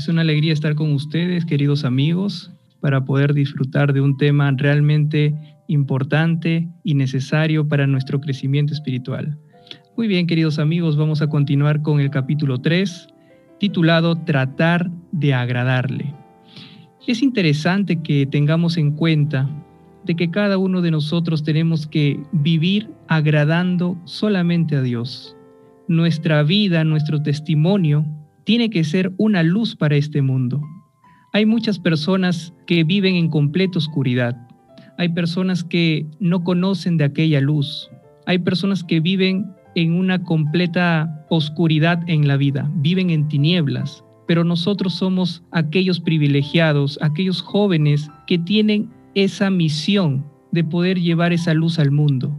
Es una alegría estar con ustedes, queridos amigos, para poder disfrutar de un tema realmente importante y necesario para nuestro crecimiento espiritual. Muy bien, queridos amigos, vamos a continuar con el capítulo 3, titulado Tratar de agradarle. Es interesante que tengamos en cuenta de que cada uno de nosotros tenemos que vivir agradando solamente a Dios. Nuestra vida, nuestro testimonio, tiene que ser una luz para este mundo. Hay muchas personas que viven en completa oscuridad. Hay personas que no conocen de aquella luz. Hay personas que viven en una completa oscuridad en la vida, viven en tinieblas. Pero nosotros somos aquellos privilegiados, aquellos jóvenes que tienen esa misión de poder llevar esa luz al mundo.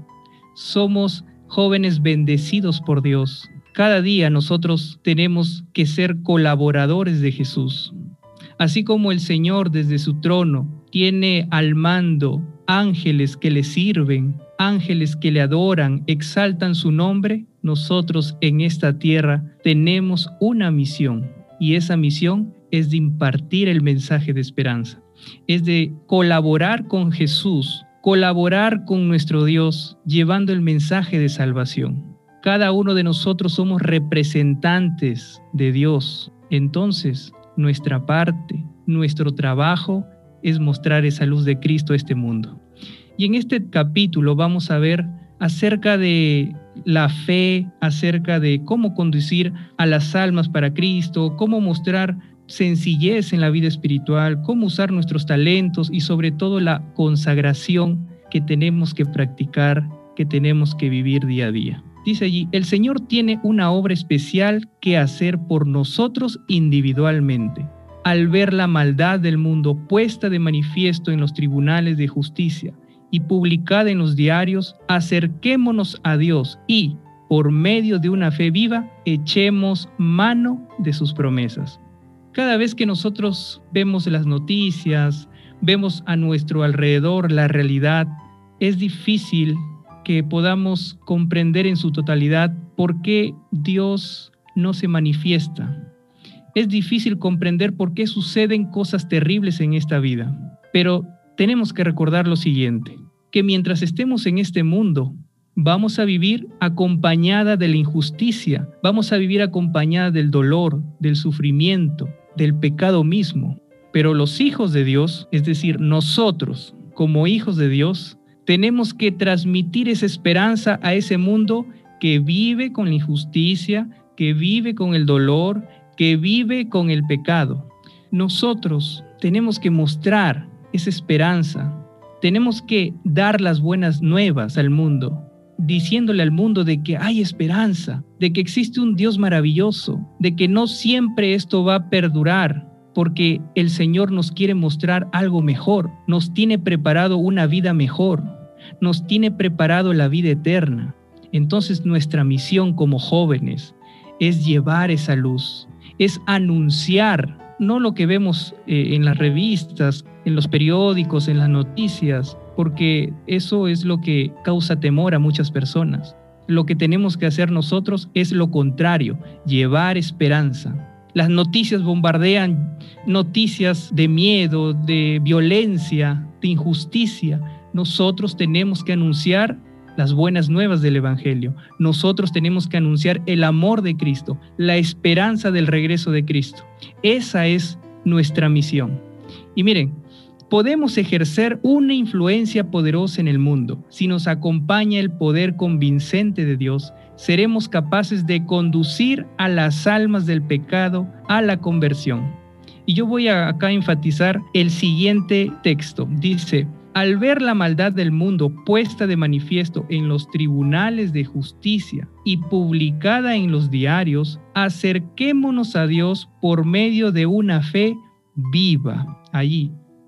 Somos jóvenes bendecidos por Dios. Cada día nosotros tenemos que ser colaboradores de Jesús. Así como el Señor desde su trono tiene al mando ángeles que le sirven, ángeles que le adoran, exaltan su nombre, nosotros en esta tierra tenemos una misión. Y esa misión es de impartir el mensaje de esperanza. Es de colaborar con Jesús, colaborar con nuestro Dios, llevando el mensaje de salvación. Cada uno de nosotros somos representantes de Dios. Entonces, nuestra parte, nuestro trabajo es mostrar esa luz de Cristo a este mundo. Y en este capítulo vamos a ver acerca de la fe, acerca de cómo conducir a las almas para Cristo, cómo mostrar sencillez en la vida espiritual, cómo usar nuestros talentos y sobre todo la consagración que tenemos que practicar, que tenemos que vivir día a día. Dice allí, el Señor tiene una obra especial que hacer por nosotros individualmente. Al ver la maldad del mundo puesta de manifiesto en los tribunales de justicia y publicada en los diarios, acerquémonos a Dios y, por medio de una fe viva, echemos mano de sus promesas. Cada vez que nosotros vemos las noticias, vemos a nuestro alrededor la realidad, es difícil que podamos comprender en su totalidad por qué Dios no se manifiesta. Es difícil comprender por qué suceden cosas terribles en esta vida. Pero tenemos que recordar lo siguiente, que mientras estemos en este mundo, vamos a vivir acompañada de la injusticia, vamos a vivir acompañada del dolor, del sufrimiento, del pecado mismo. Pero los hijos de Dios, es decir, nosotros como hijos de Dios, tenemos que transmitir esa esperanza a ese mundo que vive con la injusticia, que vive con el dolor, que vive con el pecado. Nosotros tenemos que mostrar esa esperanza. Tenemos que dar las buenas nuevas al mundo, diciéndole al mundo de que hay esperanza, de que existe un Dios maravilloso, de que no siempre esto va a perdurar, porque el Señor nos quiere mostrar algo mejor, nos tiene preparado una vida mejor, nos tiene preparado la vida eterna. Entonces nuestra misión como jóvenes es llevar esa luz, es anunciar, no lo que vemos en las revistas, en los periódicos, en las noticias, porque eso es lo que causa temor a muchas personas. Lo que tenemos que hacer nosotros es lo contrario, llevar esperanza. Las noticias bombardean noticias de miedo, de violencia, de injusticia. Nosotros tenemos que anunciar las buenas nuevas del Evangelio. Nosotros tenemos que anunciar el amor de Cristo, la esperanza del regreso de Cristo. Esa es nuestra misión. Y miren, podemos ejercer una influencia poderosa en el mundo. Si nos acompaña el poder convincente de Dios, seremos capaces de conducir a las almas del pecado a la conversión. Y yo voy a acá enfatizar el siguiente texto. Dice, al ver la maldad del mundo puesta de manifiesto en los tribunales de justicia y publicada en los diarios, acerquémonos a Dios por medio de una fe viva. Allí,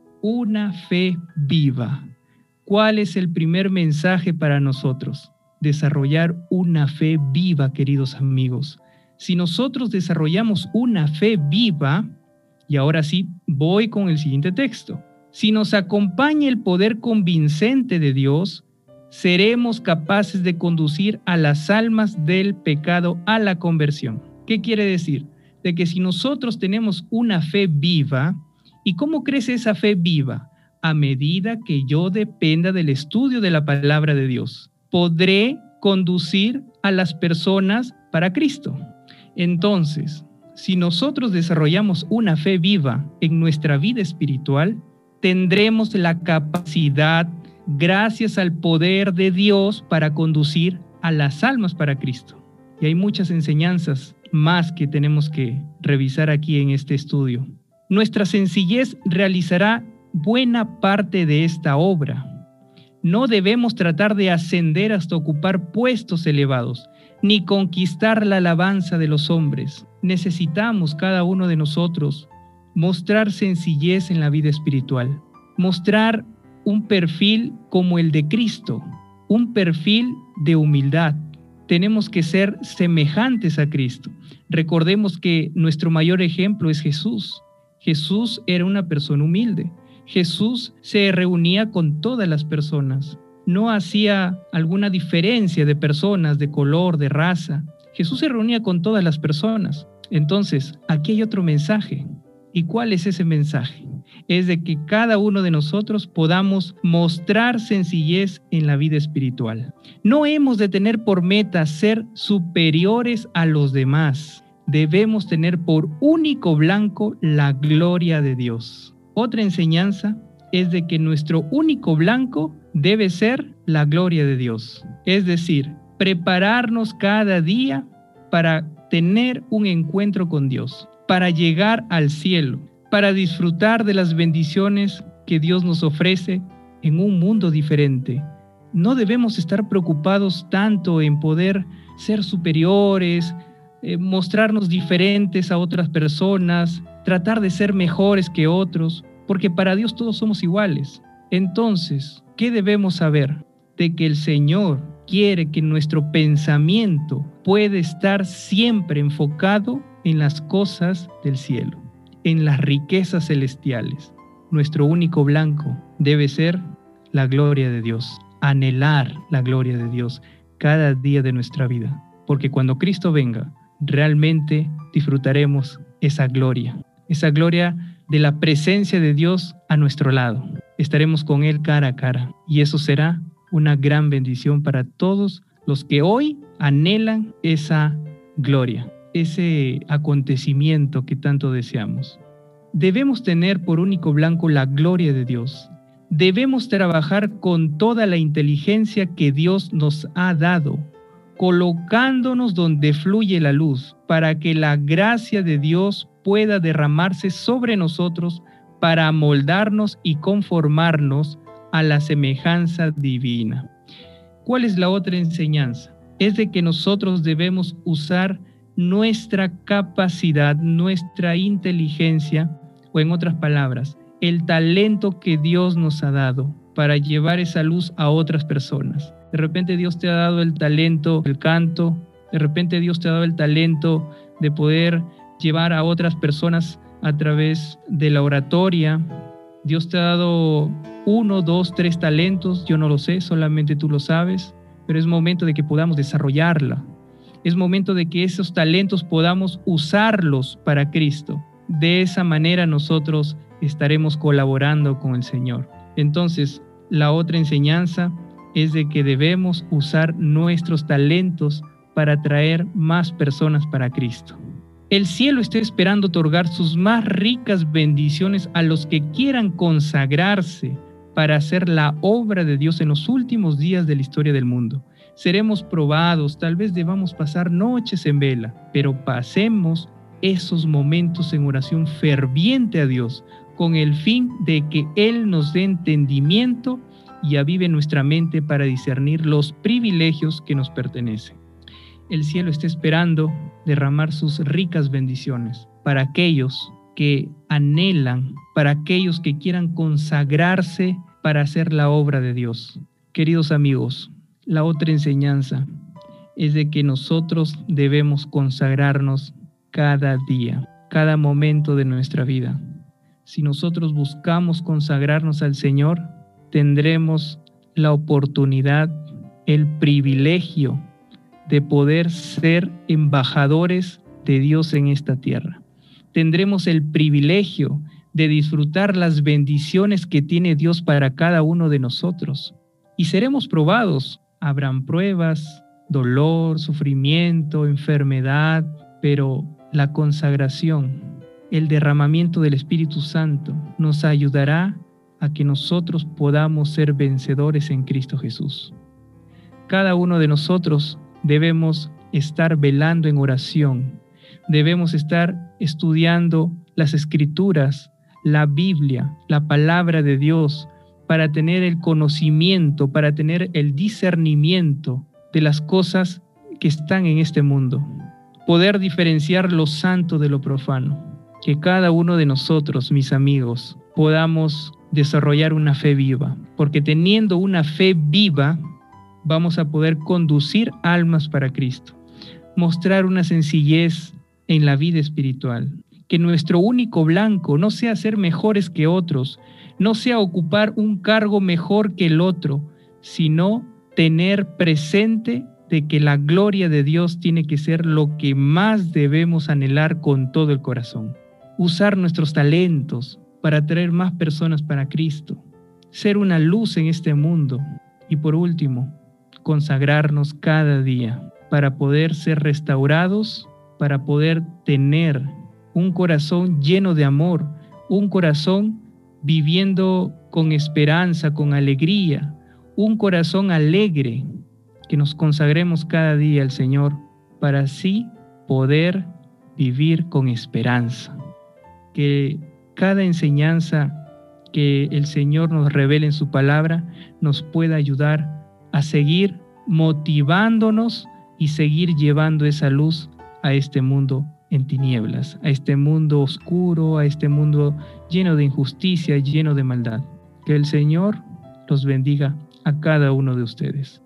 una fe viva. ¿Cuál es el primer mensaje para nosotros? Desarrollar una fe viva, queridos amigos. Si nosotros desarrollamos una fe viva, y ahora sí voy con el siguiente texto, si nos acompaña el poder convincente de Dios, seremos capaces de conducir a las almas del pecado a la conversión. ¿Qué quiere decir? de que si nosotros tenemos una fe viva, ¿y cómo crece esa fe viva? A medida que yo dependa del estudio de la palabra de Dios, podré conducir a las personas para Cristo. Entonces, si nosotros desarrollamos una fe viva en nuestra vida espiritual, tendremos la capacidad, gracias al poder de Dios, para conducir a las almas para Cristo. Y hay muchas enseñanzas más que tenemos que revisar aquí en este estudio. Nuestra sencillez realizará buena parte de esta obra. No debemos tratar de ascender hasta ocupar puestos elevados, ni conquistar la alabanza de los hombres. Necesitamos cada uno de nosotros mostrar sencillez en la vida espiritual, mostrar un perfil como el de Cristo, un perfil de humildad. Tenemos que ser semejantes a Cristo. Recordemos que nuestro mayor ejemplo es Jesús. Jesús era una persona humilde. Jesús se reunía con todas las personas. No hacía alguna diferencia de personas, de color, de raza. Jesús se reunía con todas las personas. Entonces, aquí hay otro mensaje. ¿Y cuál es ese mensaje? Es de que cada uno de nosotros podamos mostrar sencillez en la vida espiritual. No hemos de tener por meta ser superiores a los demás. Debemos tener por único blanco la gloria de Dios. Otra enseñanza es de que nuestro único blanco debe ser la gloria de Dios. Es decir, prepararnos cada día para tener un encuentro con Dios, para llegar al cielo, para disfrutar de las bendiciones que Dios nos ofrece en un mundo diferente. No debemos estar preocupados tanto en poder ser superiores, mostrarnos diferentes a otras personas, tratar de ser mejores que otros, porque para Dios todos somos iguales. Entonces, ¿qué debemos saber? De que el Señor quiere que nuestro pensamiento pueda estar siempre enfocado en las cosas del cielo, en las riquezas celestiales. Nuestro único blanco debe ser la gloria de Dios, anhelar la gloria de Dios cada día de nuestra vida, porque cuando Cristo venga, realmente disfrutaremos esa gloria de la presencia de Dios a nuestro lado. Estaremos con Él cara a cara y eso será una gran bendición para todos los que hoy anhelan esa gloria, ese acontecimiento que tanto deseamos. Debemos tener por único blanco la gloria de Dios. Debemos trabajar con toda la inteligencia que Dios nos ha dado, colocándonos donde fluye la luz, para que la gracia de Dios pueda derramarse sobre nosotros para amoldarnos y conformarnos a la semejanza divina. ¿Cuál es la otra enseñanza? Es de que nosotros debemos usar nuestra capacidad, nuestra inteligencia, o en otras palabras, el talento que Dios nos ha dado para llevar esa luz a otras personas. De repente Dios te ha dado el talento del canto, de repente Dios te ha dado el talento de poder llevar a otras personas a través de la oratoria. Dios te ha dado 1, 2, 3 talentos, yo no lo sé, solamente tú lo sabes, pero es momento de que podamos desarrollarla. Es momento de que esos talentos podamos usarlos para Cristo. De esa manera nosotros estaremos colaborando con el Señor. Entonces, la otra enseñanza es de que debemos usar nuestros talentos para atraer más personas para Cristo. El cielo está esperando otorgar sus más ricas bendiciones a los que quieran consagrarse para hacer la obra de Dios en los últimos días de la historia del mundo. Seremos probados, tal vez debamos pasar noches en vela, pero pasemos esos momentos en oración ferviente a Dios, con el fin de que Él nos dé entendimiento y avive nuestra mente para discernir los privilegios que nos pertenecen. El cielo está esperando derramar sus ricas bendiciones para aquellos que anhelan, para aquellos que quieran consagrarse para hacer la obra de Dios. Queridos amigos, la otra enseñanza es de que nosotros debemos consagrarnos cada día, cada momento de nuestra vida. Si nosotros buscamos consagrarnos al Señor, tendremos la oportunidad, el privilegio de poder ser embajadores de Dios en esta tierra. Tendremos el privilegio de disfrutar las bendiciones que tiene Dios para cada uno de nosotros. Y seremos probados. Habrán pruebas, dolor, sufrimiento, enfermedad, pero la consagración, el derramamiento del Espíritu Santo nos ayudará a que nosotros podamos ser vencedores en Cristo Jesús. Cada uno de nosotros debemos estar velando en oración, debemos estar estudiando las Escrituras, la Biblia, la palabra de Dios, para tener el conocimiento, para tener el discernimiento de las cosas que están en este mundo. Poder diferenciar lo santo de lo profano. Que cada uno de nosotros, mis amigos, podamos desarrollar una fe viva. Porque teniendo una fe viva, vamos a poder conducir almas para Cristo. Mostrar una sencillez en la vida espiritual. Que nuestro único blanco no sea ser mejores que otros, no sea ocupar un cargo mejor que el otro, sino tener presente de que la gloria de Dios tiene que ser lo que más debemos anhelar con todo el corazón. Usar nuestros talentos para atraer más personas para Cristo. Ser una luz en este mundo. Y por último, consagrarnos cada día para poder ser restaurados, para poder tener un corazón lleno de amor, un corazón viviendo con esperanza, con alegría, un corazón alegre, que nos consagremos cada día al Señor para así poder vivir con esperanza. Que cada enseñanza que el Señor nos revele en su palabra nos pueda ayudar a seguir motivándonos y seguir llevando esa luz a este mundo en tinieblas, a este mundo oscuro, a este mundo lleno de injusticia, lleno de maldad. Que el Señor los bendiga a cada uno de ustedes.